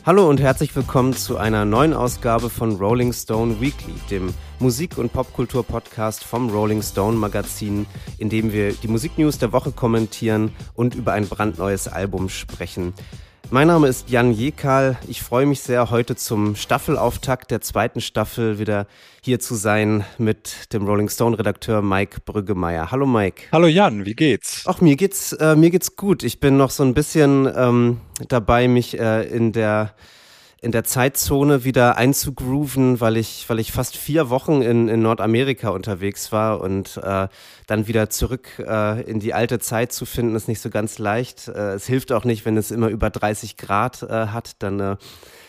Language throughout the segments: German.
Hallo und herzlich willkommen zu einer neuen Ausgabe von Rolling Stone Weekly, dem Musik- und Popkultur-Podcast vom Rolling Stone Magazin, in dem wir die Musiknews der Woche kommentieren und über ein brandneues Album sprechen. Mein Name ist Jan Jekal. Ich freue mich sehr, heute zum Staffelauftakt der zweiten Staffel wieder hier zu sein mit dem Rolling Stone-Redakteur Mike Brüggemeier. Hallo Mike. Hallo Jan, wie geht's? Ach, mir geht's gut. Ich bin noch so ein bisschen dabei, mich in der Zeitzone wieder einzugrooven, weil ich fast 4 Wochen in Nordamerika unterwegs war und dann wieder zurück in die alte Zeit zu finden, ist nicht so ganz leicht. Es hilft auch nicht, wenn es immer über 30 Grad hat, dann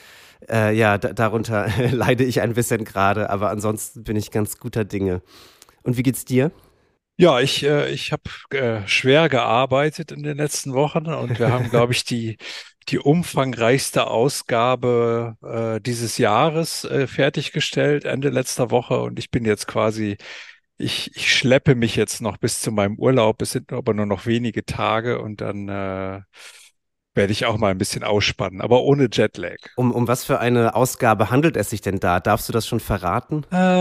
darunter leide ich ein bisschen gerade, aber ansonsten bin ich ganz guter Dinge. Und wie geht's dir? Ja, ich habe schwer gearbeitet in den letzten Wochen und wir haben, glaube ich, die umfangreichste Ausgabe dieses Jahres fertiggestellt, Ende letzter Woche. Und ich bin jetzt quasi, ich schleppe mich jetzt noch bis zu meinem Urlaub. Es sind aber nur noch wenige Tage und dann werde ich auch mal ein bisschen ausspannen, aber ohne Jetlag. Um was für eine Ausgabe handelt es sich denn da? Darfst du das schon verraten?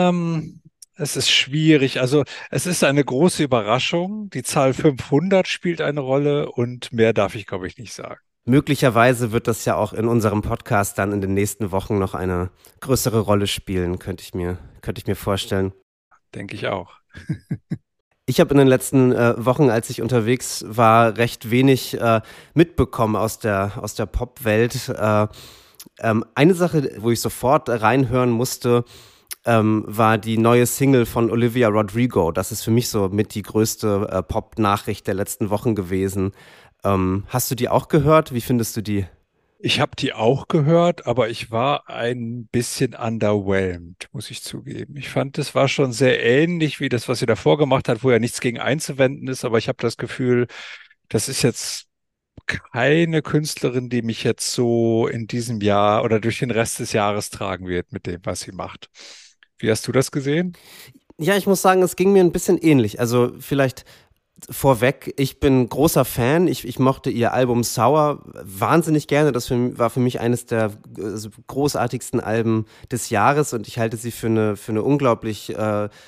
Es ist schwierig. Also es ist eine große Überraschung. Die Zahl 500 spielt eine Rolle und mehr darf ich, glaube ich, nicht sagen. Möglicherweise wird das ja auch in unserem Podcast dann in den nächsten Wochen noch eine größere Rolle spielen, könnte ich mir vorstellen. Denke ich auch. Ich habe in den letzten Wochen, als ich unterwegs war, recht wenig mitbekommen aus der Popwelt. Eine Sache, wo ich sofort reinhören musste, war die neue Single von Olivia Rodrigo. Das ist für mich so mit die größte Pop-Nachricht der letzten Wochen gewesen. Hast du die auch gehört? Wie findest du die? Ich habe die auch gehört, aber ich war ein bisschen underwhelmed, muss ich zugeben. Ich fand, das war schon sehr ähnlich wie das, was sie davor gemacht hat, wo ja nichts gegen einzuwenden ist, aber ich habe das Gefühl, das ist jetzt keine Künstlerin, die mich jetzt so in diesem Jahr oder durch den Rest des Jahres tragen wird mit dem, was sie macht. Wie hast du das gesehen? Ja, ich muss sagen, es ging mir ein bisschen ähnlich. Also vielleicht vorweg, ich bin großer Fan. Ich mochte ihr Album Sour wahnsinnig gerne. War für mich eines der großartigsten Alben des Jahres und ich halte sie für eine unglaublich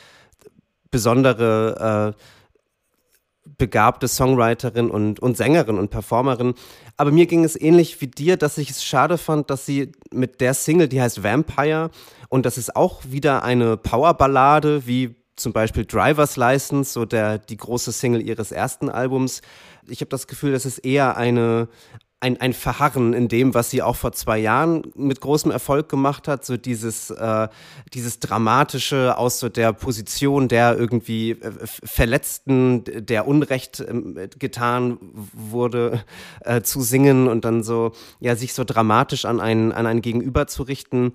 besondere begabte Songwriterin und Sängerin und Performerin. Aber mir ging es ähnlich wie dir, dass ich es schade fand, dass sie mit der Single, die heißt Vampire, und das ist auch wieder eine Powerballade, wie zum Beispiel Driver's License, so die große Single ihres ersten Albums. Ich habe das Gefühl, das ist eher ein Verharren in dem, was sie auch vor 2 Jahren mit großem Erfolg gemacht hat, so dieses Dramatische aus so der Position der irgendwie Verletzten, der Unrecht getan wurde, zu singen und dann so, ja, sich so dramatisch an ein Gegenüber zu richten.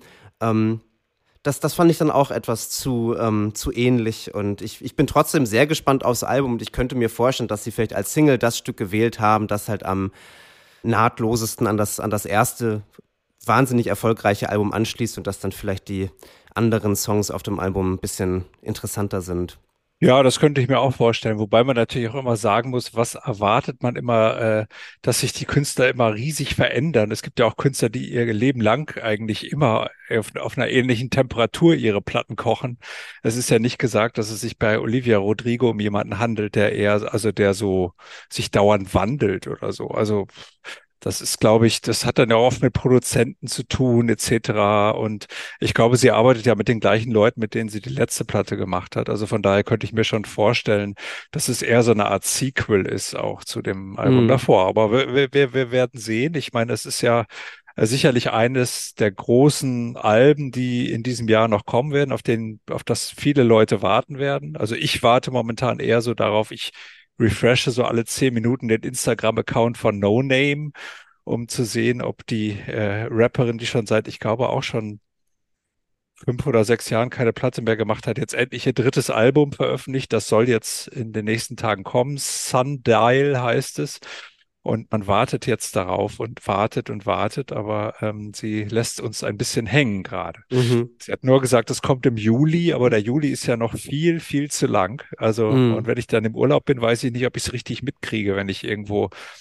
Das fand ich dann auch etwas zu ähnlich und ich bin trotzdem sehr gespannt aufs Album und ich könnte mir vorstellen, dass sie vielleicht als Single das Stück gewählt haben, das halt am nahtlosesten an das erste wahnsinnig erfolgreiche Album anschließt und dass dann vielleicht die anderen Songs auf dem Album ein bisschen interessanter sind. Ja, das könnte ich mir auch vorstellen, wobei man natürlich auch immer sagen muss, was erwartet man immer, dass sich die Künstler immer riesig verändern. Es gibt ja auch Künstler, die ihr Leben lang eigentlich immer auf einer ähnlichen Temperatur ihre Platten kochen. Es ist ja nicht gesagt, dass es sich bei Olivia Rodrigo um jemanden handelt, der so sich dauernd wandelt oder so. Also das ist, glaube ich, das hat dann ja oft mit Produzenten zu tun, etc. Und ich glaube, sie arbeitet ja mit den gleichen Leuten, mit denen sie die letzte Platte gemacht hat. Also von daher könnte ich mir schon vorstellen, dass es eher so eine Art Sequel ist, auch zu dem Album Mm. davor. Aber wir werden sehen. Ich meine, es ist ja sicherlich eines der großen Alben, die in diesem Jahr noch kommen werden, auf das viele Leute warten werden. Also ich warte momentan eher so darauf, ich refreshe so alle 10 Minuten den Instagram-Account von No Name, um zu sehen, ob die Rapperin, die schon seit, ich glaube, auch schon 5 oder 6 Jahren keine Platte mehr gemacht hat, jetzt endlich ihr drittes Album veröffentlicht. Das soll jetzt in den nächsten Tagen kommen. Sundial heißt es. Und man wartet jetzt darauf und wartet, aber sie lässt uns ein bisschen hängen gerade. Mhm. Sie hat nur gesagt, es kommt im Juli, aber der Juli ist ja noch viel, viel zu lang. Also, und Mm. wenn ich dann im Urlaub bin, weiß ich nicht, ob ich es richtig mitkriege, wenn ich irgendwo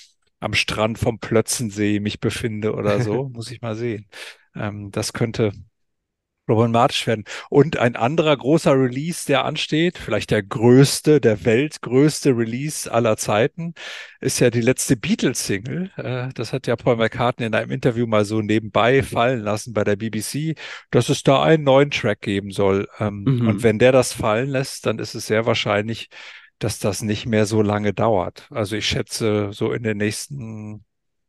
am Strand vom Plötzensee mich befinde oder so, muss ich mal sehen. Das könnte problematisch werden. Und ein anderer großer Release, der ansteht, vielleicht der größte, der weltgrößte Release aller Zeiten, ist ja die letzte Beatles-Single. Das hat ja Paul McCartney in einem Interview mal so nebenbei fallen lassen bei der BBC, dass es da einen neuen Track geben soll. Und Mhm. wenn der das fallen lässt, dann ist es sehr wahrscheinlich, dass das nicht mehr so lange dauert. Also ich schätze, so in den nächsten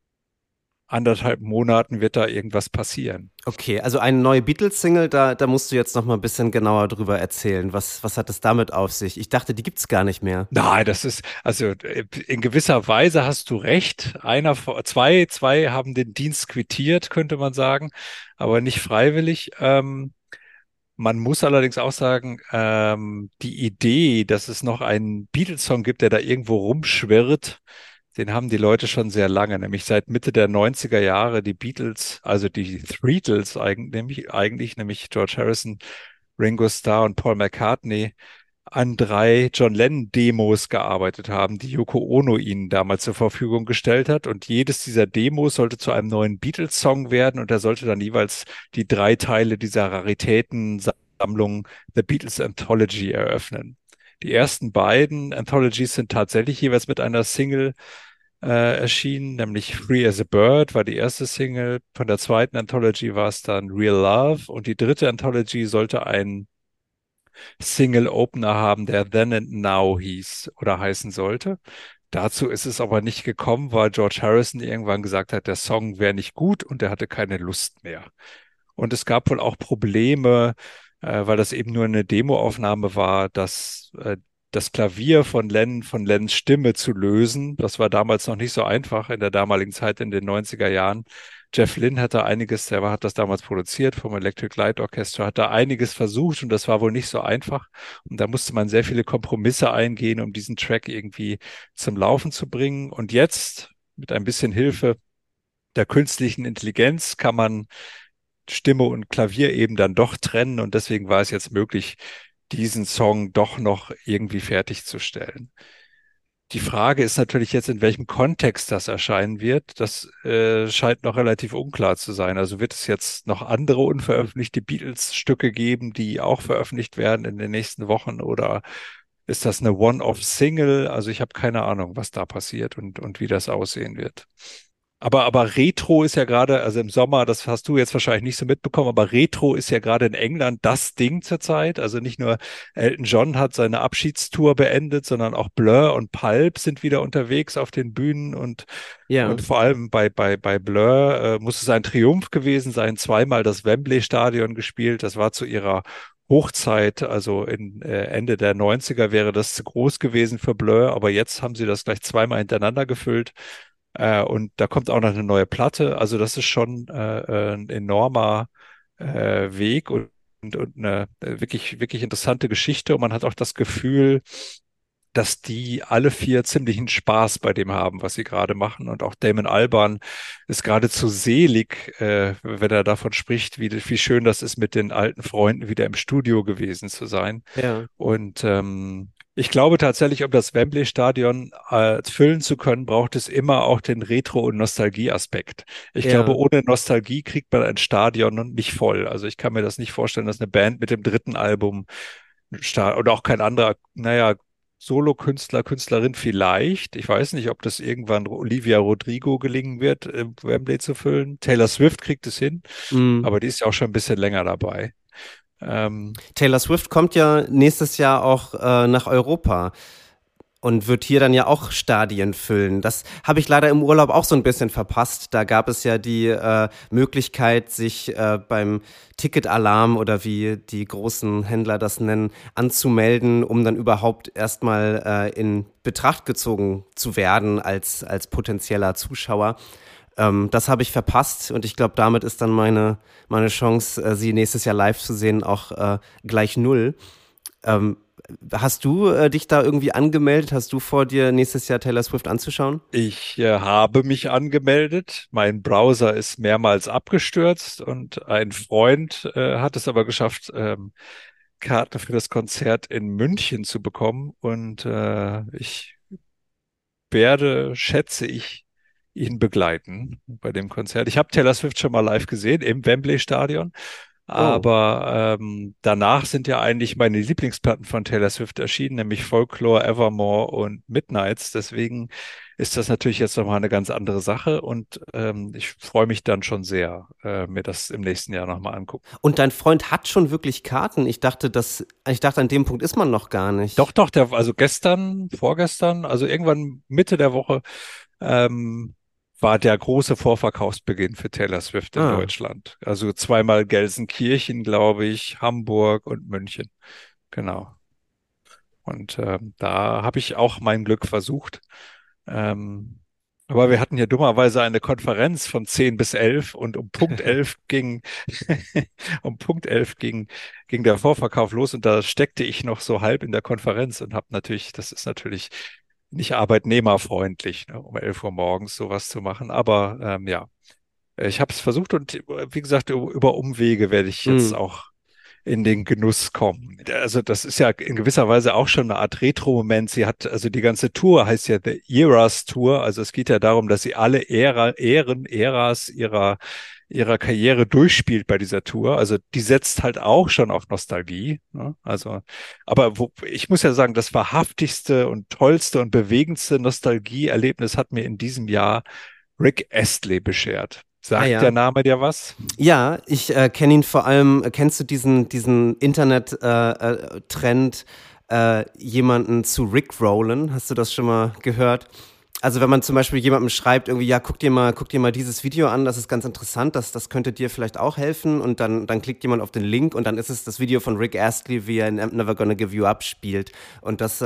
1,5 Monaten wird da irgendwas passieren. Okay, also eine neue Beatles-Single, da musst du jetzt noch mal ein bisschen genauer drüber erzählen. Was hat es damit auf sich? Ich dachte, die gibt's gar nicht mehr. Nein, das ist, also in gewisser Weise hast du recht. Zwei haben den Dienst quittiert, könnte man sagen, aber nicht freiwillig. Man muss allerdings auch sagen, die Idee, dass es noch einen Beatles-Song gibt, der da irgendwo rumschwirrt, den haben die Leute schon sehr lange, nämlich seit Mitte der 90er Jahre die Beatles, also die Threetles nämlich George Harrison, Ringo Starr und Paul McCartney, an 3 John Lennon-Demos gearbeitet haben, die Yoko Ono ihnen damals zur Verfügung gestellt hat. Und jedes dieser Demos sollte zu einem neuen Beatles-Song werden und er sollte dann jeweils die 3 Teile dieser Raritätensammlung The Beatles Anthology eröffnen. Die ersten beiden Anthologies sind tatsächlich jeweils mit einer Single erschienen, nämlich Free as a Bird war die erste Single. Von der zweiten Anthology war es dann Real Love und die dritte Anthology sollte ein Single-Opener haben, der Then and Now hieß oder heißen sollte. Dazu ist es aber nicht gekommen, weil George Harrison irgendwann gesagt hat, der Song wäre nicht gut und er hatte keine Lust mehr. Und es gab wohl auch Probleme, weil das eben nur eine Demoaufnahme war, dass das Klavier von Lennons Stimme zu lösen. Das war damals noch nicht so einfach in der damaligen Zeit in den 90er Jahren. Jeff Lynne hatte einiges, hat das damals produziert vom Electric Light Orchestra, hat da einiges versucht und das war wohl nicht so einfach. Und da musste man sehr viele Kompromisse eingehen, um diesen Track irgendwie zum Laufen zu bringen. Und jetzt, mit ein bisschen Hilfe der künstlichen Intelligenz, kann man Stimme und Klavier eben dann doch trennen und deswegen war es jetzt möglich, diesen Song doch noch irgendwie fertigzustellen. Die Frage ist natürlich jetzt, in welchem Kontext das erscheinen wird. Das scheint noch relativ unklar zu sein. Also wird es jetzt noch andere unveröffentlichte Beatles-Stücke geben, die auch veröffentlicht werden in den nächsten Wochen oder ist das eine One-Off-Single? Also ich habe keine Ahnung, was da passiert und wie das aussehen wird. Aber Retro ist ja gerade, also im Sommer, das hast du jetzt wahrscheinlich nicht so mitbekommen, aber Retro ist ja gerade in England das Ding zurzeit. Also nicht nur Elton John hat seine Abschiedstour beendet, sondern auch Blur und Pulp sind wieder unterwegs auf den Bühnen Ja. und vor allem bei Blur muss es ein Triumph gewesen sein, zweimal das Wembley-Stadion gespielt. Das war zu ihrer Hochzeit, also in Ende der 90er wäre das zu groß gewesen für Blur, aber jetzt haben sie das gleich zweimal hintereinander gefüllt. Und da kommt auch noch eine neue Platte. Also das ist schon ein enormer Weg und eine wirklich, wirklich interessante Geschichte. Und man hat auch das Gefühl, dass die alle 4 ziemlichen Spaß bei dem haben, was sie gerade machen. Und auch Damon Albarn ist geradezu selig, wenn er davon spricht, wie schön das ist, mit den alten Freunden wieder im Studio gewesen zu sein. Ja. Und ich glaube tatsächlich, um das Wembley-Stadion füllen zu können, braucht es immer auch den Retro- und Nostalgie-Aspekt. Ich glaube, Ja. ohne Nostalgie kriegt man ein Stadion nicht voll. Also ich kann mir das nicht vorstellen, dass eine Band mit dem dritten Album oder auch kein anderer, naja, Solokünstler, Künstlerin vielleicht. Ich weiß nicht, ob das irgendwann Olivia Rodrigo gelingen wird, Wembley zu füllen. Taylor Swift kriegt es hin, Mm. aber die ist ja auch schon ein bisschen länger dabei. Ähm, Taylor Swift kommt ja nächstes Jahr auch nach Europa und wird hier dann ja auch Stadien füllen. Das habe ich leider im Urlaub auch so ein bisschen verpasst. Da gab es ja die Möglichkeit, sich beim Ticketalarm oder wie die großen Händler das nennen, anzumelden, um dann überhaupt erstmal in Betracht gezogen zu werden als potenzieller Zuschauer. Das habe ich verpasst und ich glaube, damit ist dann meine Chance, sie nächstes Jahr live zu sehen, auch gleich null. Ähm, Hast du dich da irgendwie angemeldet? Hast du vor, dir nächstes Jahr Taylor Swift anzuschauen? Ich habe mich angemeldet. Mein Browser ist mehrmals abgestürzt und ein Freund hat es aber geschafft, Karten für das Konzert in München zu bekommen. Und ich werde, schätze ich, ihn begleiten bei dem Konzert. Ich habe Taylor Swift schon mal live gesehen im Wembley Stadion. Oh. Aber danach sind ja eigentlich meine Lieblingsplatten von Taylor Swift erschienen, nämlich Folklore, Evermore und Midnights. Deswegen ist das natürlich jetzt nochmal eine ganz andere Sache und ich freue mich dann schon sehr, mir das im nächsten Jahr nochmal angucken. Und dein Freund hat schon wirklich Karten. Ich dachte, an dem Punkt ist man noch gar Doch, nicht. doch, also gestern, vorgestern, also irgendwann Mitte der Woche ähm, war der große Vorverkaufsbeginn für Taylor Swift in Ah. Deutschland. Also zweimal Gelsenkirchen, glaube ich, Hamburg und München. Genau. Und da habe ich auch mein Glück versucht. Ähm, aber wir hatten hier dummerweise eine Konferenz von 10 bis 11 und um Punkt 11 um Punkt 11 ging der Vorverkauf los und da steckte ich noch so halb in der Konferenz und habe natürlich, das ist natürlich nicht arbeitnehmerfreundlich, ne, um 11 Uhr morgens sowas zu machen. Aber ja, ich habe es versucht und wie gesagt, über Umwege werde ich jetzt Hm. auch in den Genuss kommen. Also das ist ja in gewisser Weise auch schon eine Art Retro-Moment. Sie hat, also die ganze Tour heißt ja The Eras Tour. Also es geht ja darum, dass sie alle Äras ihrer Karriere durchspielt bei dieser Tour. Also die setzt halt auch schon auf Nostalgie. Ne? Also, aber ich muss ja sagen, das wahrhaftigste und tollste und bewegendste Nostalgie-Erlebnis hat mir in diesem Jahr Rick Astley beschert. Ah Sagt der ja. Name dir was? Ja, ich kenne ihn vor allem, kennst du diesen Internet-Trend, jemanden zu Rickrollen? Hast du das schon mal gehört? Also wenn man zum Beispiel jemandem schreibt, irgendwie, ja, guck dir mal dieses Video an, das ist ganz interessant, das könnte dir vielleicht auch helfen und dann klickt jemand auf den Link und dann ist es das Video von Rick Astley, wie er in I'm Never Gonna Give You Up spielt und das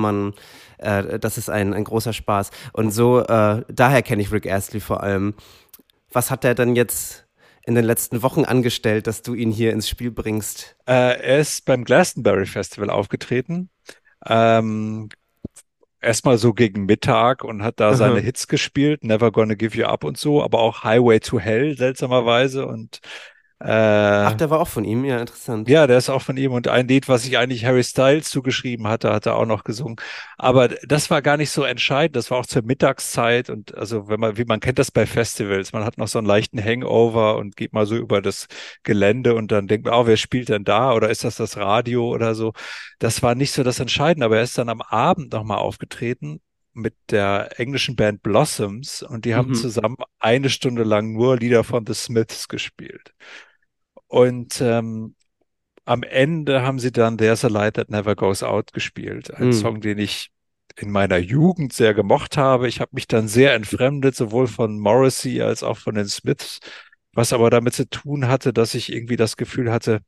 das ist ein großer Spaß und so, daher kenne ich Rick Astley vor allem. Was hat er denn jetzt in den letzten Wochen angestellt, dass du ihn hier ins Spiel bringst? Er ist beim Glastonbury Festival aufgetreten. Ähm, Erstmal so gegen Mittag und hat da seine Aha. Hits gespielt, Never Gonna Give You Up und so, aber auch Highway to Hell seltsamerweise und Ach, äh, der war auch von ihm, ja, interessant. ja, der ist auch von ihm und ein Lied, was ich eigentlich Harry Styles zugeschrieben hatte, hat er auch noch gesungen. Aber das war gar nicht so entscheidend. Das war auch zur Mittagszeit und also wenn man, wie man kennt das bei Festivals, man hat noch so einen leichten Hangover und geht mal so über das Gelände und dann denkt man, oh, wer spielt denn da? Oder ist das Radio oder so? Das war nicht so das Entscheidende, aber er ist dann am Abend nochmal aufgetreten mit der englischen Band Blossoms und die haben Mhm. zusammen eine Stunde lang nur Lieder von The Smiths gespielt. Und am Ende haben sie dann There's a Light That Never Goes Out gespielt. Ein Mhm. Song, den ich in meiner Jugend sehr gemocht habe. Ich habe mich dann sehr entfremdet, sowohl von Morrissey als auch von den Smiths, was aber damit zu tun hatte, dass ich irgendwie das Gefühl hatte,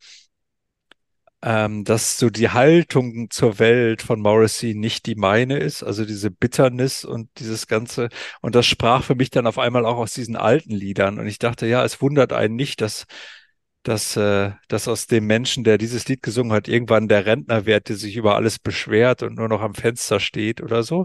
dass so die Haltung zur Welt von Morrissey nicht die meine ist, also diese Bitternis und dieses Ganze. Und das sprach für mich dann auf einmal auch aus diesen alten Liedern. Und ich dachte, ja, es wundert einen nicht, dass aus dem Menschen, der dieses Lied gesungen hat, irgendwann der Rentner wird, der sich über alles beschwert und nur noch am Fenster steht oder so.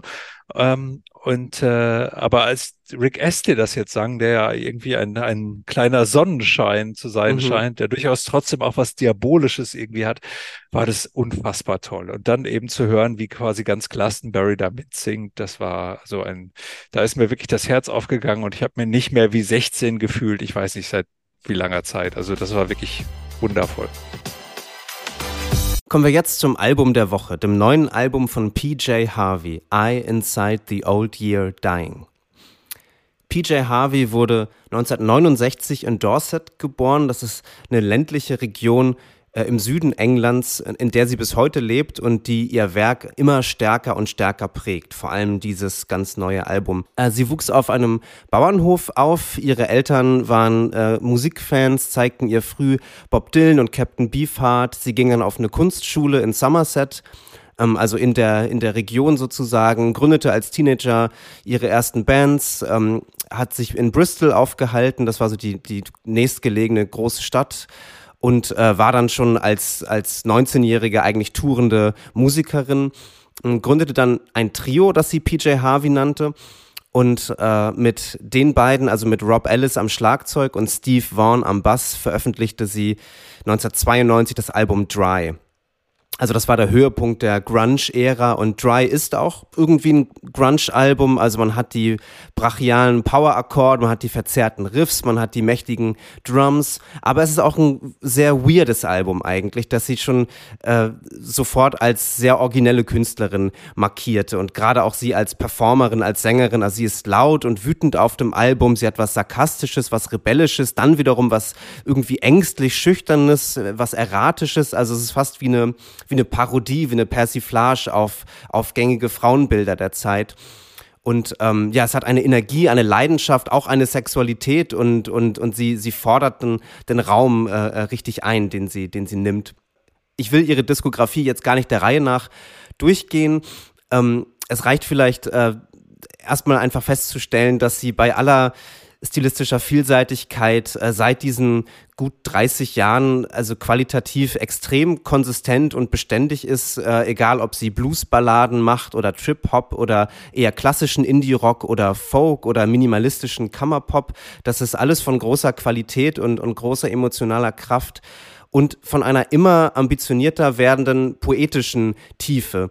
Aber als Rick Astley das jetzt sang, der ja irgendwie ein kleiner Sonnenschein zu sein Mhm. scheint, der durchaus trotzdem auch was Diabolisches irgendwie hat, war das unfassbar toll. Und dann eben zu hören, wie quasi ganz Glastonbury da mitsingt, das war so da ist mir wirklich das Herz aufgegangen und ich habe mir nicht mehr wie 16 gefühlt. Ich weiß nicht, seit wie langer Zeit. Also das war wirklich wundervoll. Kommen wir jetzt zum Album der Woche, dem neuen Album von PJ Harvey, I Inside the Old Year Dying. PJ Harvey wurde 1969 in Dorset geboren. Das ist eine ländliche Region im Süden Englands, in der sie bis heute lebt und die ihr Werk immer stärker und stärker prägt. Vor allem dieses ganz neue Album. Sie wuchs auf einem Bauernhof auf. Ihre Eltern waren Musikfans, zeigten ihr früh Bob Dylan und Captain Beefheart. Sie ging dann auf eine Kunstschule in Somerset, also in der Region sozusagen, gründete als Teenager ihre ersten Bands, hat sich in Bristol aufgehalten, das war so die nächstgelegene große Stadt und war dann schon als 19-Jährige eigentlich tourende Musikerin, gründete dann ein Trio, das sie PJ Harvey nannte und mit den beiden, also mit Rob Ellis am Schlagzeug und Steve Vaughan am Bass, veröffentlichte sie 1992 das Album Dry. Also das war der Höhepunkt der Grunge-Ära und Dry ist auch irgendwie ein Grunge-Album. Also man hat die brachialen Power-Akkorde, man hat die verzerrten Riffs, man hat die mächtigen Drums. Aber es ist auch ein sehr weirdes Album eigentlich, das sie schon sofort als sehr originelle Künstlerin markierte. Und gerade auch sie als Performerin, als Sängerin, also sie ist laut und wütend auf dem Album. Sie hat was Sarkastisches, was Rebellisches, dann wiederum was irgendwie ängstlich Schüchternes, was Erratisches. Also es ist fast wie eine Parodie, wie eine Persiflage auf gängige Frauenbilder der Zeit. Und ja, es hat eine Energie, eine Leidenschaft, auch eine Sexualität und sie fordert den Raum richtig ein, den sie nimmt. Ich will ihre Diskografie jetzt gar nicht der Reihe nach durchgehen. Es reicht vielleicht erstmal einfach festzustellen, dass sie bei aller stilistischer Vielseitigkeit seit diesen gut 30 Jahren also qualitativ extrem konsistent und beständig ist, egal ob sie Bluesballaden macht oder Trip-Hop oder eher klassischen Indie-Rock oder Folk oder minimalistischen Kammerpop. Das ist alles von großer Qualität und großer emotionaler Kraft und von einer immer ambitionierter werdenden poetischen Tiefe.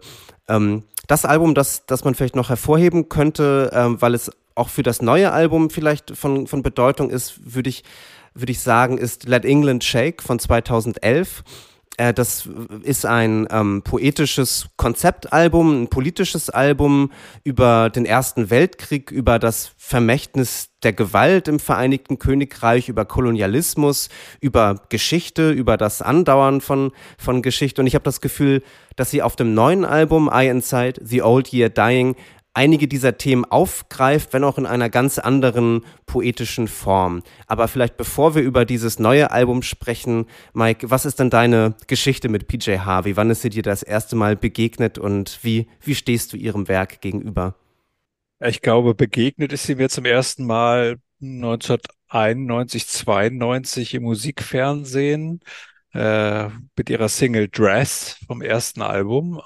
Das Album, das man vielleicht noch hervorheben könnte, weil es auch für das neue Album vielleicht von Bedeutung ist, würde ich sagen, ist Let England Shake von 2011. Das ist ein poetisches Konzeptalbum, ein politisches Album über den Ersten Weltkrieg, über das Vermächtnis der Gewalt im Vereinigten Königreich, über Kolonialismus, über Geschichte, über das Andauern von Geschichte. Und ich habe das Gefühl, dass sie auf dem neuen Album I Inside the Old Year Dying einige dieser Themen aufgreift, wenn auch in einer ganz anderen poetischen Form. Aber vielleicht bevor wir über dieses neue Album sprechen, Mike, was ist denn deine Geschichte mit PJ Harvey? Wann ist sie dir das erste Mal begegnet und wie stehst du ihrem Werk gegenüber? Ich glaube, begegnet ist sie mir zum ersten Mal 1991, 92 im Musikfernsehen mit ihrer Single Dress vom ersten Album.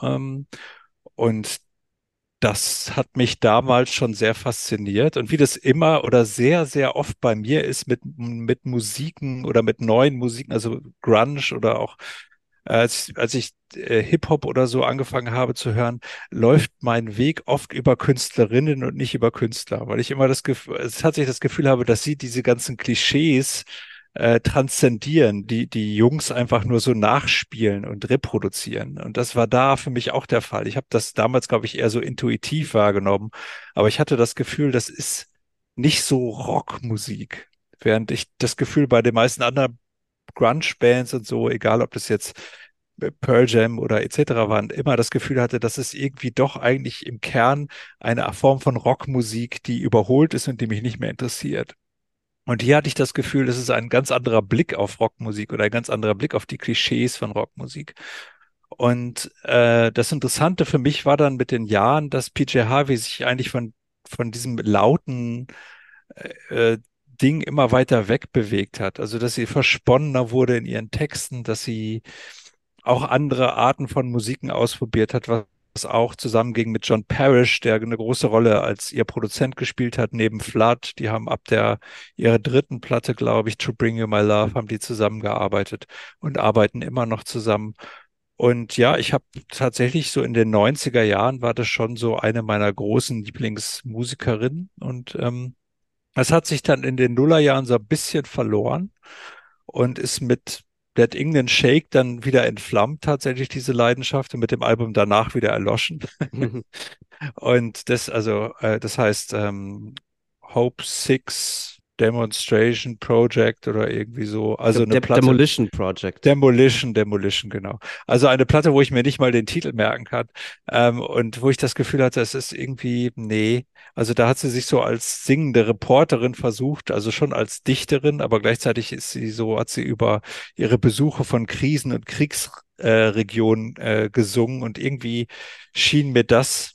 Und das hat mich damals schon sehr fasziniert. Und wie das immer oder sehr, sehr oft bei mir ist mit Musiken oder mit neuen Musiken, also Grunge oder auch als ich Hip-Hop oder so angefangen habe zu hören, läuft mein Weg oft über Künstlerinnen und nicht über Künstler, weil ich immer das Gefühl, tatsächlich das Gefühl habe, dass sie diese ganzen Klischees transzendieren, die Jungs einfach nur so nachspielen und reproduzieren. Und das war da für mich auch der Fall. Ich habe das damals, glaube ich, eher so intuitiv wahrgenommen, aber ich hatte das Gefühl, das ist nicht so Rockmusik. Während ich das Gefühl bei den meisten anderen Grunge-Bands und so, egal ob das jetzt Pearl Jam oder etc. waren, immer das Gefühl hatte, dass es irgendwie doch eigentlich im Kern eine Form von Rockmusik, die überholt ist und die mich nicht mehr interessiert. Und hier hatte ich das Gefühl, das ist ein ganz anderer Blick auf Rockmusik oder ein ganz anderer Blick auf die Klischees von Rockmusik. Und das Interessante für mich war dann mit den Jahren, dass PJ Harvey sich eigentlich von diesem lauten Ding immer weiter weg bewegt hat. Also, dass sie versponnener wurde in ihren Texten, dass sie auch andere Arten von Musiken ausprobiert hat, was auch zusammenging mit John Parrish, der eine große Rolle als ihr Produzent gespielt hat, neben Flood. Die haben ab ihrer dritten Platte, glaube ich, To Bring You My Love, haben die zusammengearbeitet und arbeiten immer noch zusammen. Und ja, ich habe tatsächlich so in den 90er Jahren war das schon so eine meiner großen Lieblingsmusikerinnen und es hat sich dann in den Nullerjahren so ein bisschen verloren und ist mit Let England Shake dann wieder entflammt, tatsächlich diese Leidenschaft und mit dem Album danach wieder erloschen. Und das heißt Hope Six Demonstration Project oder irgendwie so. Also eine Platte, Demolition Project. Demolition, genau. Also eine Platte, wo ich mir nicht mal den Titel merken kann und wo ich das Gefühl hatte, es ist irgendwie, nee. Also da hat sie sich so als singende Reporterin versucht, also schon als Dichterin, aber gleichzeitig hat sie über ihre Besuche von Krisen und Kriegsregionen gesungen und irgendwie schien mir das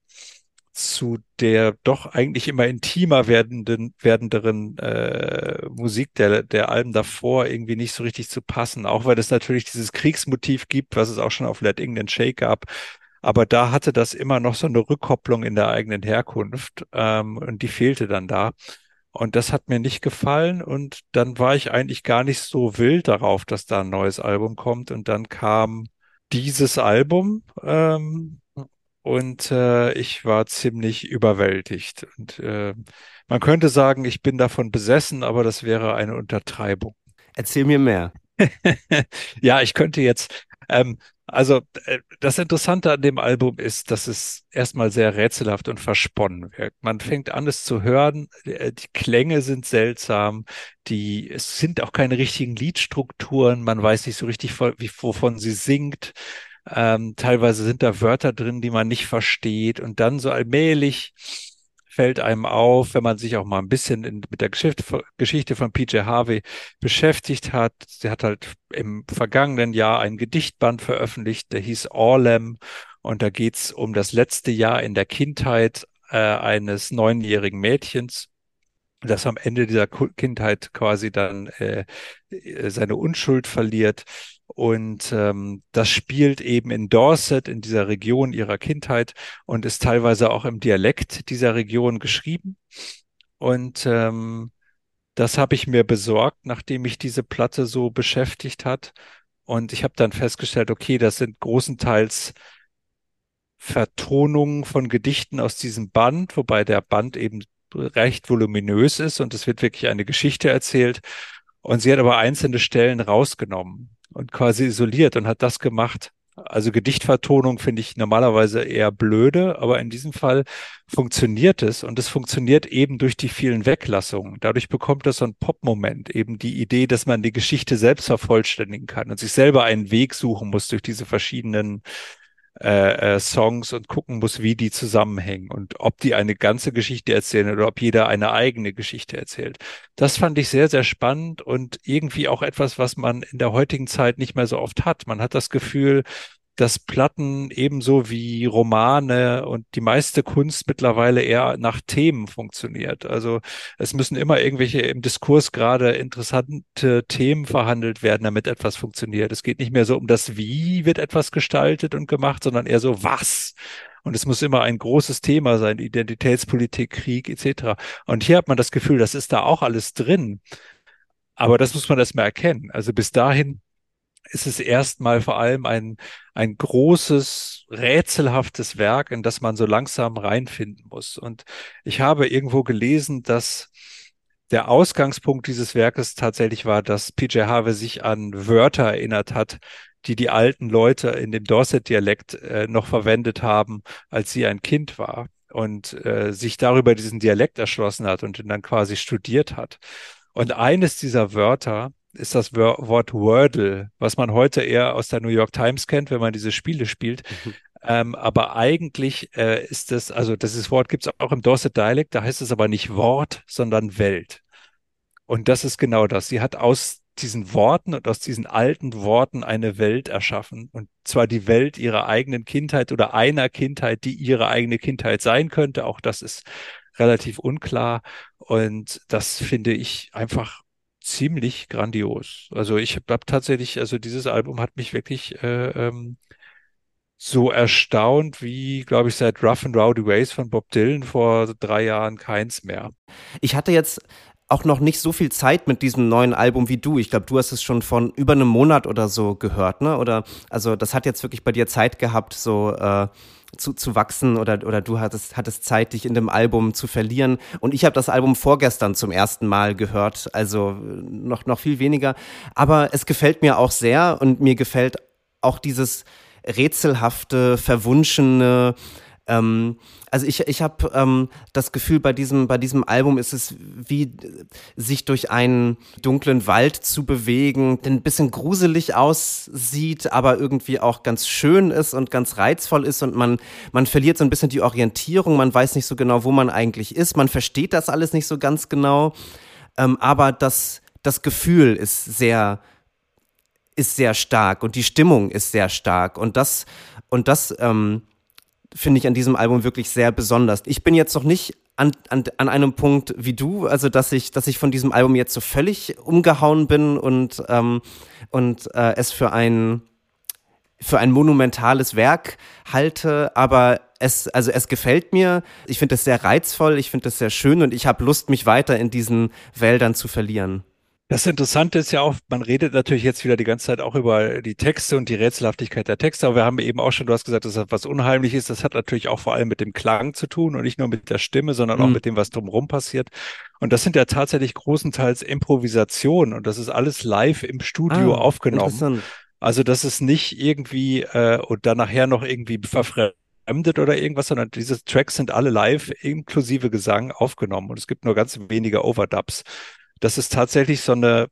zu der doch eigentlich immer intimer werdenderen Musik der Alben davor irgendwie nicht so richtig zu passen. Auch weil es natürlich dieses Kriegsmotiv gibt, was es auch schon auf Let England Shake gab. Aber da hatte das immer noch so eine Rückkopplung in der eigenen Herkunft und die fehlte dann da. Und das hat mir nicht gefallen und dann war ich eigentlich gar nicht so wild darauf, dass da ein neues Album kommt. Und dann kam dieses Album und ich war ziemlich überwältigt. Und man könnte sagen, ich bin davon besessen, aber das wäre eine Untertreibung. Erzähl mir mehr. Ja, ich könnte jetzt, das Interessante an dem Album ist, dass es erstmal sehr rätselhaft und versponnen wirkt. Man fängt an, es zu hören, die Klänge sind seltsam, es sind auch keine richtigen Liedstrukturen, man weiß nicht so richtig, wovon sie singt. Teilweise sind da Wörter drin, die man nicht versteht und dann so allmählich fällt einem auf, wenn man sich auch mal ein bisschen mit der Geschichte von PJ Harvey beschäftigt hat. Sie hat halt im vergangenen Jahr ein Gedichtband veröffentlicht, der hieß Orlem. Und da geht's um das letzte Jahr in der Kindheit eines 9-jährigen Mädchens, das am Ende dieser Kindheit quasi dann seine Unschuld verliert. Und das spielt eben in Dorset, in dieser Region ihrer Kindheit und ist teilweise auch im Dialekt dieser Region geschrieben. Und das habe ich mir besorgt, nachdem mich diese Platte so beschäftigt hat. Und ich habe dann festgestellt, okay, das sind großenteils Vertonungen von Gedichten aus diesem Band, wobei der Band eben recht voluminös ist und es wird wirklich eine Geschichte erzählt. Und sie hat aber einzelne Stellen rausgenommen und quasi isoliert und hat das gemacht. Also Gedichtvertonung finde ich normalerweise eher blöde, aber in diesem Fall funktioniert es und es funktioniert eben durch die vielen Weglassungen. Dadurch bekommt das so einen Pop-Moment, eben die Idee, dass man die Geschichte selbst vervollständigen kann und sich selber einen Weg suchen muss durch diese verschiedenen Songs und gucken muss, wie die zusammenhängen und ob die eine ganze Geschichte erzählen oder ob jeder eine eigene Geschichte erzählt. Das fand ich sehr, sehr spannend und irgendwie auch etwas, was man in der heutigen Zeit nicht mehr so oft hat. Man hat das Gefühl, dass Platten ebenso wie Romane und die meiste Kunst mittlerweile eher nach Themen funktioniert. Also es müssen immer irgendwelche im Diskurs gerade interessante Themen verhandelt werden, damit etwas funktioniert. Es geht nicht mehr so um das Wie wird etwas gestaltet und gemacht, sondern eher so was. Und es muss immer ein großes Thema sein, Identitätspolitik, Krieg etc. Und hier hat man das Gefühl, das ist da auch alles drin. Aber das muss man erstmal erkennen. Also bis dahin ist es erstmal vor allem ein großes, rätselhaftes Werk, in das man so langsam reinfinden muss. Und ich habe irgendwo gelesen, dass der Ausgangspunkt dieses Werkes tatsächlich war, dass PJ Harvey sich an Wörter erinnert hat, die die alten Leute in dem Dorset-Dialekt noch verwendet haben, als sie ein Kind war und sich darüber diesen Dialekt erschlossen hat und ihn dann quasi studiert hat. Und eines dieser Wörter ist das Wort Wordle, was man heute eher aus der New York Times kennt, wenn man diese Spiele spielt. Aber eigentlich ist es, also dieses Wort gibt es auch im Dorset-Dialekt, da heißt es aber nicht Wort, sondern Welt. Und das ist genau das. Sie hat aus diesen Worten und aus diesen alten Worten eine Welt erschaffen. Und zwar die Welt ihrer eigenen Kindheit oder einer Kindheit, die ihre eigene Kindheit sein könnte. Auch das ist relativ unklar. Und das finde ich einfach ziemlich grandios. Also ich habe tatsächlich, also dieses Album hat mich wirklich so erstaunt wie, glaube ich, seit Rough and Rowdy Ways von Bob Dylan vor 3 Jahren keins mehr. Ich hatte jetzt auch noch nicht so viel Zeit mit diesem neuen Album wie du. Ich glaube, du hast es schon von über einem Monat oder so gehört, ne? Oder also das hat jetzt wirklich bei dir Zeit gehabt, so zu wachsen oder du hattest Zeit, dich in dem Album zu verlieren. Und ich habe das Album vorgestern zum ersten Mal gehört, also noch viel weniger. Aber es gefällt mir auch sehr und mir gefällt auch dieses rätselhafte, verwunschene, also ich habe das Gefühl, bei diesem Album ist es wie sich durch einen dunklen Wald zu bewegen, der ein bisschen gruselig aussieht, aber irgendwie auch ganz schön ist und ganz reizvoll ist und man verliert so ein bisschen die Orientierung, man weiß nicht so genau, wo man eigentlich ist, man versteht das alles nicht so ganz genau, aber das Gefühl ist sehr stark und die Stimmung ist sehr stark und das finde ich an diesem Album wirklich sehr besonders. Ich bin jetzt noch nicht an einem Punkt wie du, also dass ich von diesem Album jetzt so völlig umgehauen bin und es für ein monumentales Werk halte, aber es gefällt mir. Ich finde es sehr reizvoll, ich finde es sehr schön und ich habe Lust, mich weiter in diesen Wäldern zu verlieren. Das Interessante ist ja auch, man redet natürlich jetzt wieder die ganze Zeit auch über die Texte und die Rätselhaftigkeit der Texte, aber wir haben eben auch schon, du hast gesagt, dass das was unheimlich ist. Das hat natürlich auch vor allem mit dem Klang zu tun und nicht nur mit der Stimme, sondern auch Hm. mit dem, was drumherum passiert. Und das sind ja tatsächlich großenteils Improvisationen und das ist alles live im Studio Ah, aufgenommen. interessant. Also das ist nicht irgendwie und dann nachher noch irgendwie verfremdet oder irgendwas, sondern diese Tracks sind alle live inklusive Gesang aufgenommen und es gibt nur ganz wenige Overdubs. Das ist tatsächlich so eine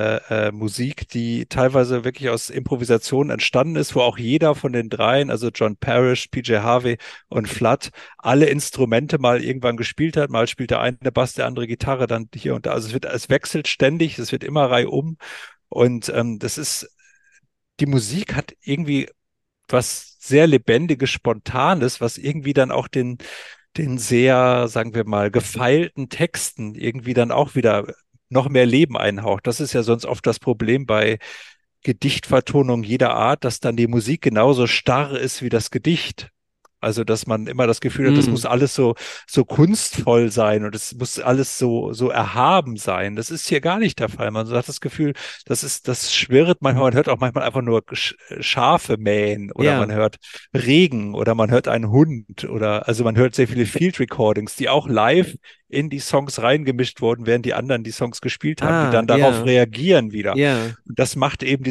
Musik, die teilweise wirklich aus Improvisation entstanden ist, wo auch jeder von den dreien, also John Parrish, PJ Harvey und Flood, alle Instrumente mal irgendwann gespielt hat. Mal spielt der eine Bass, der andere Gitarre, dann hier und da. Also es wechselt ständig, es wird immer reihum. Und das ist, die Musik hat irgendwie was sehr Lebendiges, Spontanes, was irgendwie dann auch den sehr, sagen wir mal, gefeilten Texten irgendwie dann auch wieder noch mehr Leben einhaucht. Das ist ja sonst oft das Problem bei Gedichtvertonung jeder Art, dass dann die Musik genauso starr ist wie das Gedicht. Also, dass man immer das Gefühl hat, das muss Hm. alles so kunstvoll sein und es muss alles so erhaben sein. Das ist hier gar nicht der Fall. Man hat das Gefühl, das schwirrt manchmal. Man hört auch manchmal einfach nur Schafe mähen oder man Ja. hört Regen oder man hört einen Hund oder, also man hört sehr viele Field Recordings, die auch live in die Songs reingemischt wurden, während die anderen die Songs gespielt haben, die Ah, dann darauf ja. reagieren wieder. Ja. Und das macht eben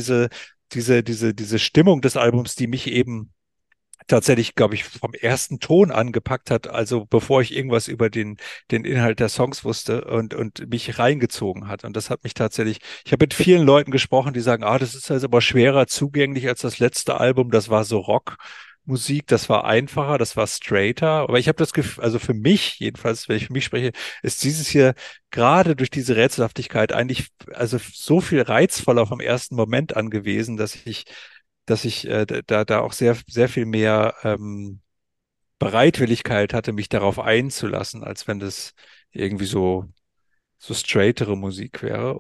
diese Stimmung des Albums, die mich eben tatsächlich, glaube ich, vom ersten Ton angepackt hat, also bevor ich irgendwas über den Inhalt der Songs wusste und mich reingezogen hat. Und das hat mich tatsächlich, ich habe mit vielen Leuten gesprochen, die sagen, das ist also aber schwerer zugänglich als das letzte Album, das war so Rockmusik, das war einfacher, das war straighter. Aber ich habe das Gefühl, also für mich jedenfalls, wenn ich für mich spreche, ist dieses hier gerade durch diese Rätselhaftigkeit eigentlich also so viel reizvoller vom ersten Moment an gewesen, dass ich da auch sehr viel mehr Bereitwilligkeit hatte, mich darauf einzulassen, als wenn das irgendwie so straightere Musik wäre.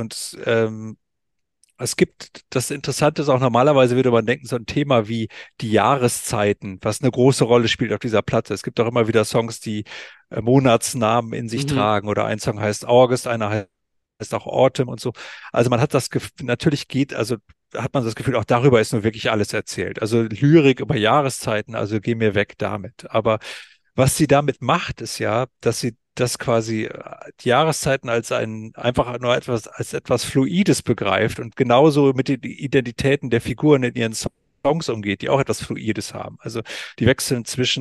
Und es gibt, das Interessante ist auch, normalerweise würde man denken, so ein Thema wie die Jahreszeiten, was eine große Rolle spielt auf dieser Platte. Es gibt auch immer wieder Songs, die Monatsnamen in sich Mhm. tragen oder ein Song heißt August, einer heißt auch Autumn und so. Also man hat das Gefühl, natürlich geht, also hat man das Gefühl, auch darüber ist nur wirklich alles erzählt. Also Lyrik über Jahreszeiten, also geh mir weg damit. Aber was sie damit macht, ist ja, dass sie das quasi die Jahreszeiten als einfach nur etwas, als etwas Fluides begreift und genauso mit den Identitäten der Figuren in ihren Songs umgeht, die auch etwas Fluides haben. Also die wechseln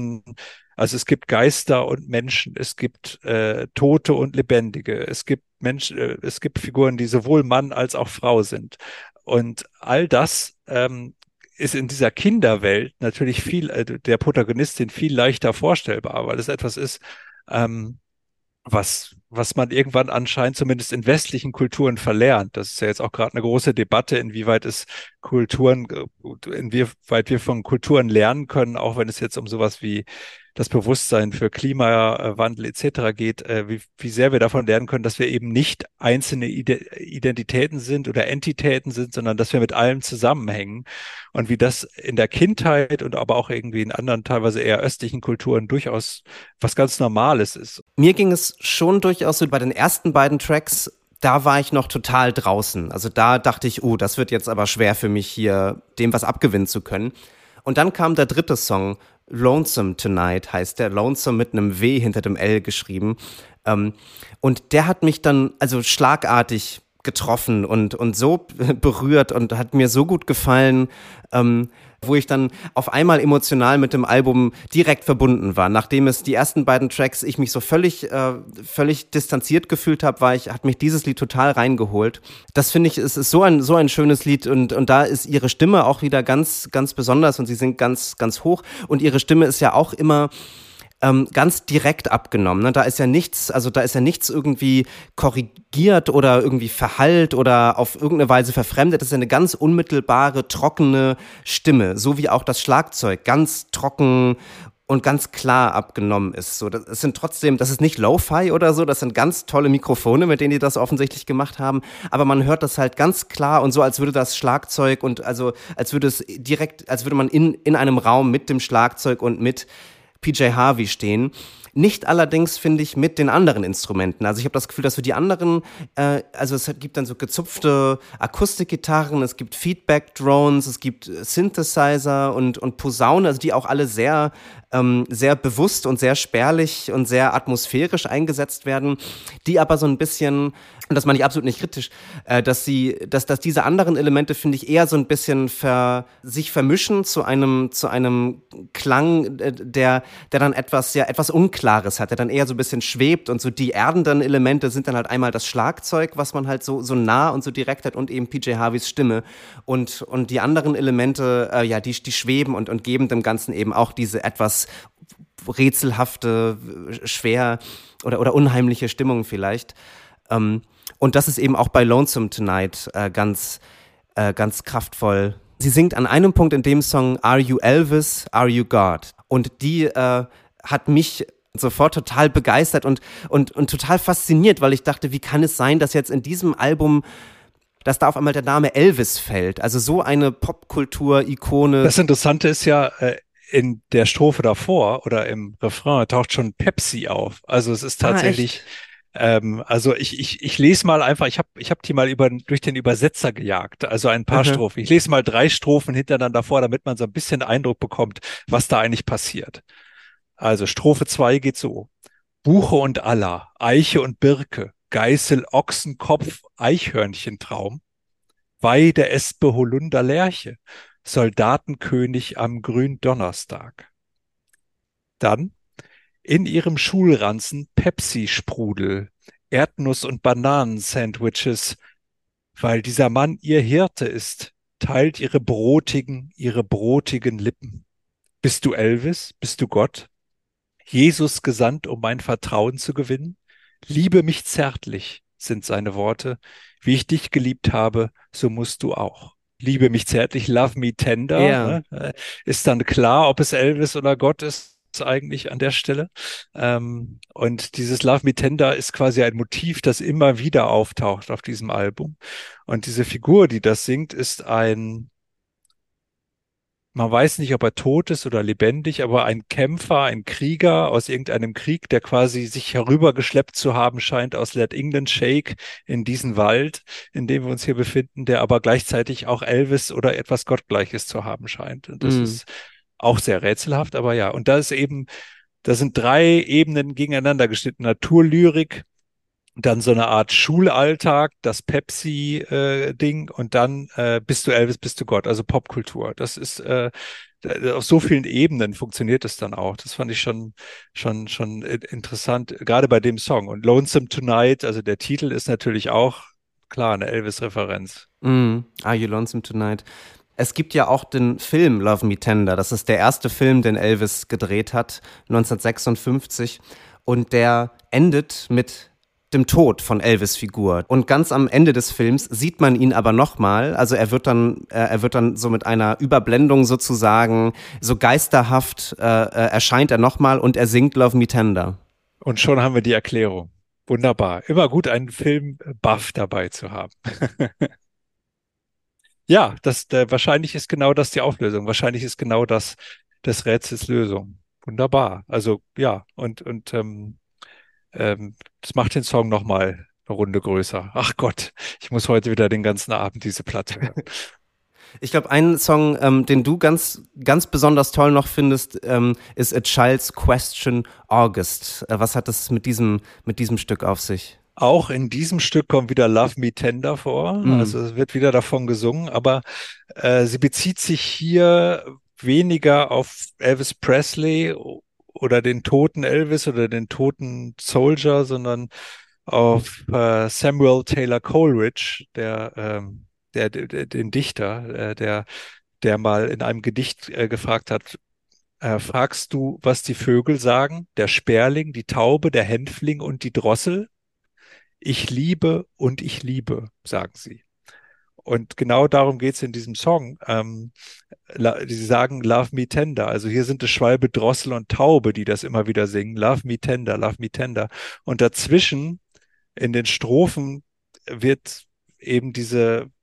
also es gibt Geister und Menschen, es gibt Tote und Lebendige, es gibt Menschen, es gibt Figuren, die sowohl Mann als auch Frau sind. Und all das ist in dieser Kinderwelt natürlich der Protagonistin viel leichter vorstellbar, weil es etwas ist, ähm, was man irgendwann anscheinend zumindest in westlichen Kulturen verlernt. Das ist ja jetzt auch gerade eine große Debatte, inwieweit wir von Kulturen lernen können, auch wenn es jetzt um sowas wie das Bewusstsein für Klimawandel etc. geht, wie sehr wir davon lernen können, dass wir eben nicht einzelne Identitäten sind oder Entitäten sind, sondern dass wir mit allem zusammenhängen und wie das in der Kindheit und aber auch irgendwie in anderen teilweise eher östlichen Kulturen durchaus was ganz Normales ist. Mir ging es schon durchaus so bei den ersten beiden Tracks, da war ich noch total draußen. Also da dachte ich, das wird jetzt aber schwer für mich hier, dem was abgewinnen zu können. Und dann kam der dritte Song, Lonesome Tonight heißt der, Lonesome mit einem W hinter dem L geschrieben. Und der hat mich dann also schlagartig getroffen und so berührt und hat mir so gut gefallen, wo ich dann auf einmal emotional mit dem Album direkt verbunden war. Nachdem es die ersten beiden Tracks ich mich so völlig distanziert gefühlt habe, hat mich dieses Lied total reingeholt. Das finde ich, es ist so ein schönes Lied und da ist ihre Stimme auch wieder ganz, ganz besonders und sie singt ganz, ganz hoch und ihre Stimme ist ja auch immer ganz direkt abgenommen. Ne? Da ist ja nichts irgendwie korrigiert oder irgendwie verhallt oder auf irgendeine Weise verfremdet. Das ist ja eine ganz unmittelbare, trockene Stimme, so wie auch das Schlagzeug ganz trocken und ganz klar abgenommen ist. So, das ist nicht Lo-Fi oder so, das sind ganz tolle Mikrofone, mit denen die das offensichtlich gemacht haben, aber man hört das halt ganz klar und so, als würde das Schlagzeug und also als würde man in einem Raum mit dem Schlagzeug und mit PJ Harvey stehen. Nicht allerdings, finde ich, mit den anderen Instrumenten. Also ich habe das Gefühl, dass für die anderen, also es gibt dann so gezupfte Akustikgitarren, es gibt Feedback-Drones, es gibt Synthesizer und Posaune, also die auch alle sehr bewusst und sehr spärlich und sehr atmosphärisch eingesetzt werden, die aber so ein bisschen, und das meine ich absolut nicht kritisch, dass diese anderen Elemente, finde ich, eher so ein bisschen sich vermischen zu einem Klang, der dann etwas Unklares hat, der dann eher so ein bisschen schwebt, und so die erdenden Elemente sind dann halt einmal das Schlagzeug, was man halt so nah und so direkt hat, und eben PJ Harveys Stimme, und die anderen Elemente, ja, die schweben und geben dem Ganzen eben auch diese etwas rätselhafte, schwer oder unheimliche Stimmung vielleicht. Und das ist eben auch bei Lonesome Tonight ganz kraftvoll. Sie singt an einem Punkt in dem Song Are You Elvis, Are You God? Und die hat mich sofort total begeistert und total fasziniert, weil ich dachte, wie kann es sein, dass jetzt in diesem Album, dass da auf einmal der Name Elvis fällt? Also so eine Popkultur-Ikone. Das Interessante ist ja, in der Strophe davor oder im Refrain taucht schon Pepsi auf. Also es ist Ah, tatsächlich, echt? also ich lese mal einfach, ich hab die mal durch den Übersetzer gejagt, also ein paar Aha. Strophen. Ich lese mal 3 Strophen hintereinander vor, damit man so ein bisschen Eindruck bekommt, was da eigentlich passiert. Also Strophe 2 geht so. Buche und Aller, Eiche und Birke, Geißel, Ochsenkopf, Eichhörnchentraum, Weide, Espe, Holunder, Lerche, Soldatenkönig am Gründonnerstag. Dann in ihrem Schulranzen Pepsi-Sprudel, Erdnuss- und Bananensandwiches, weil dieser Mann ihr Hirte ist, teilt ihre brotigen Lippen. Bist du Elvis? Bist du Gott? Jesus gesandt, um mein Vertrauen zu gewinnen? Liebe mich zärtlich, sind seine Worte. Wie ich dich geliebt habe, so musst du auch. Liebe mich zärtlich, love me Ja. tender. Ne? Ist dann klar, ob es Elvis oder Gott ist eigentlich an der Stelle. Und dieses Love Me Tender ist quasi ein Motiv, das immer wieder auftaucht auf diesem Album. Und diese Figur, die das singt, ist man weiß nicht, ob er tot ist oder lebendig, aber ein Kämpfer, ein Krieger aus irgendeinem Krieg, der quasi sich herübergeschleppt zu haben scheint aus Let England Shake in diesen Wald, in dem wir uns hier befinden, der aber gleichzeitig auch Elvis oder etwas Gottgleiches zu haben scheint. Und das Mm. ist auch sehr rätselhaft, aber ja. Und da sind 3 Ebenen gegeneinander geschnitten. Naturlyrik, dann so eine Art Schulalltag, das Pepsi-Ding und dann bist du Elvis, bist du Gott, also Popkultur. Das ist auf so vielen Ebenen funktioniert es dann auch. Das fand ich schon interessant, gerade bei dem Song. Und Lonesome Tonight, also der Titel ist natürlich auch klar eine Elvis-Referenz. Are You Lonesome Tonight? Es gibt ja auch den Film Love Me Tender. Das ist der erste Film, den Elvis gedreht hat, 1956. Und der endet mit dem Tod von Elvis Figur. Und ganz am Ende des Films sieht man ihn aber nochmal. Also er wird dann so mit einer Überblendung sozusagen, so geisterhaft erscheint er nochmal und er singt Love Me Tender. Und schon haben wir die Erklärung. Wunderbar. Immer gut, einen Film-Buff dabei zu haben. Ja, wahrscheinlich ist genau das die Auflösung. Wahrscheinlich ist genau das des Rätsels Lösung. Wunderbar. Also ja, das macht den Song nochmal eine Runde größer. Ach Gott, ich muss heute wieder den ganzen Abend diese Platte hören. Ich glaube, einen Song, den du ganz besonders toll noch findest, ist A Child's Question August. Was hat es mit diesem Stück auf sich? Auch in diesem Stück kommt wieder Love Me Tender vor. Mm. Also es wird wieder davon gesungen, aber sie bezieht sich hier weniger auf Elvis Presley oder den toten Elvis oder den toten Soldier, sondern auf Samuel Taylor Coleridge, den Dichter, der mal in einem Gedicht gefragt hat, fragst du, was die Vögel sagen? Der Sperling, die Taube, der Hänfling und die Drossel? Ich liebe und ich liebe, sagen sie. Und genau darum geht es in diesem Song. Sie sagen Love Me Tender. Also hier sind es Schwalbe, Drossel und Taube, die das immer wieder singen. Love Me Tender, Love Me Tender. Und dazwischen in den Strophen wird eben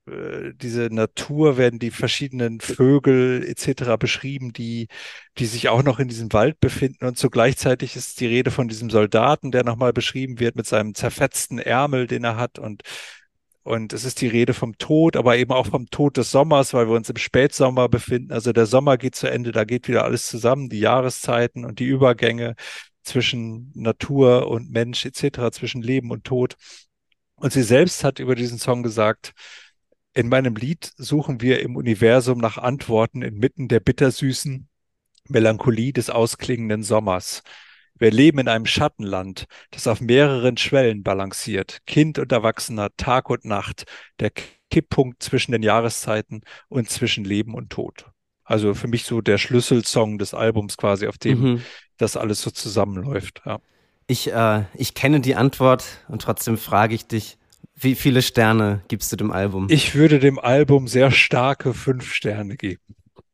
diese Natur werden die verschiedenen Vögel etc. beschrieben, die sich auch noch in diesem Wald befinden. Und so gleichzeitig ist die Rede von diesem Soldaten, der nochmal beschrieben wird mit seinem zerfetzten Ärmel, den er hat. Und es ist die Rede vom Tod, aber eben auch vom Tod des Sommers, weil wir uns im Spätsommer befinden. Also der Sommer geht zu Ende, da geht wieder alles zusammen, die Jahreszeiten und die Übergänge zwischen Natur und Mensch etc., zwischen Leben und Tod. Und sie selbst hat über diesen Song gesagt: In meinem Lied suchen wir im Universum nach Antworten inmitten der bittersüßen Melancholie des ausklingenden Sommers. Wir leben in einem Schattenland, das auf mehreren Schwellen balanciert. Kind und Erwachsener, Tag und Nacht, der Kipppunkt zwischen den Jahreszeiten und zwischen Leben und Tod. Also für mich so der Schlüsselsong des Albums quasi, auf dem das alles so zusammenläuft. Ja. Ich kenne die Antwort und trotzdem frage ich dich, wie viele Sterne gibst du dem Album? Ich würde dem Album sehr starke 5 Sterne geben.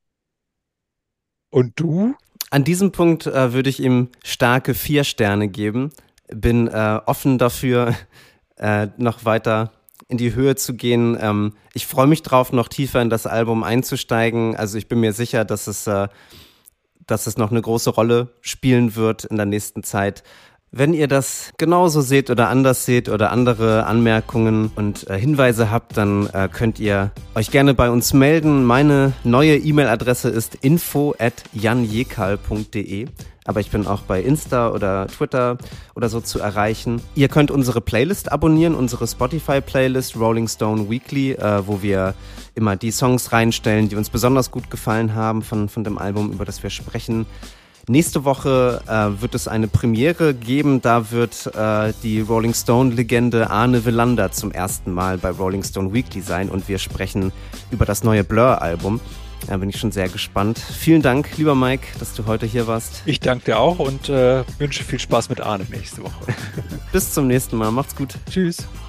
Und du? An diesem Punkt würde ich ihm starke 4 Sterne geben. Bin offen dafür, noch weiter in die Höhe zu gehen. Ich freue mich drauf, noch tiefer in das Album einzusteigen. Also ich bin mir sicher, dass es noch eine große Rolle spielen wird in der nächsten Zeit. Wenn ihr das genauso seht oder anders seht oder andere Anmerkungen und Hinweise habt, dann könnt ihr euch gerne bei uns melden. Meine neue E-Mail-Adresse ist info@janjekal.de. Aber ich bin auch bei Insta oder Twitter oder so zu erreichen. Ihr könnt unsere Playlist abonnieren, unsere Spotify-Playlist Rolling Stone Weekly, wo wir immer die Songs reinstellen, die uns besonders gut gefallen haben von dem Album, über das wir sprechen. Nächste Woche wird es eine Premiere geben, da wird die Rolling Stone-Legende Arne Wilander zum ersten Mal bei Rolling Stone Weekly sein und wir sprechen über das neue Blur-Album. Da bin ich schon sehr gespannt. Vielen Dank, lieber Mike, dass du heute hier warst. Ich danke dir auch und wünsche viel Spaß mit Arne nächste Woche. Bis zum nächsten Mal, macht's gut. Tschüss.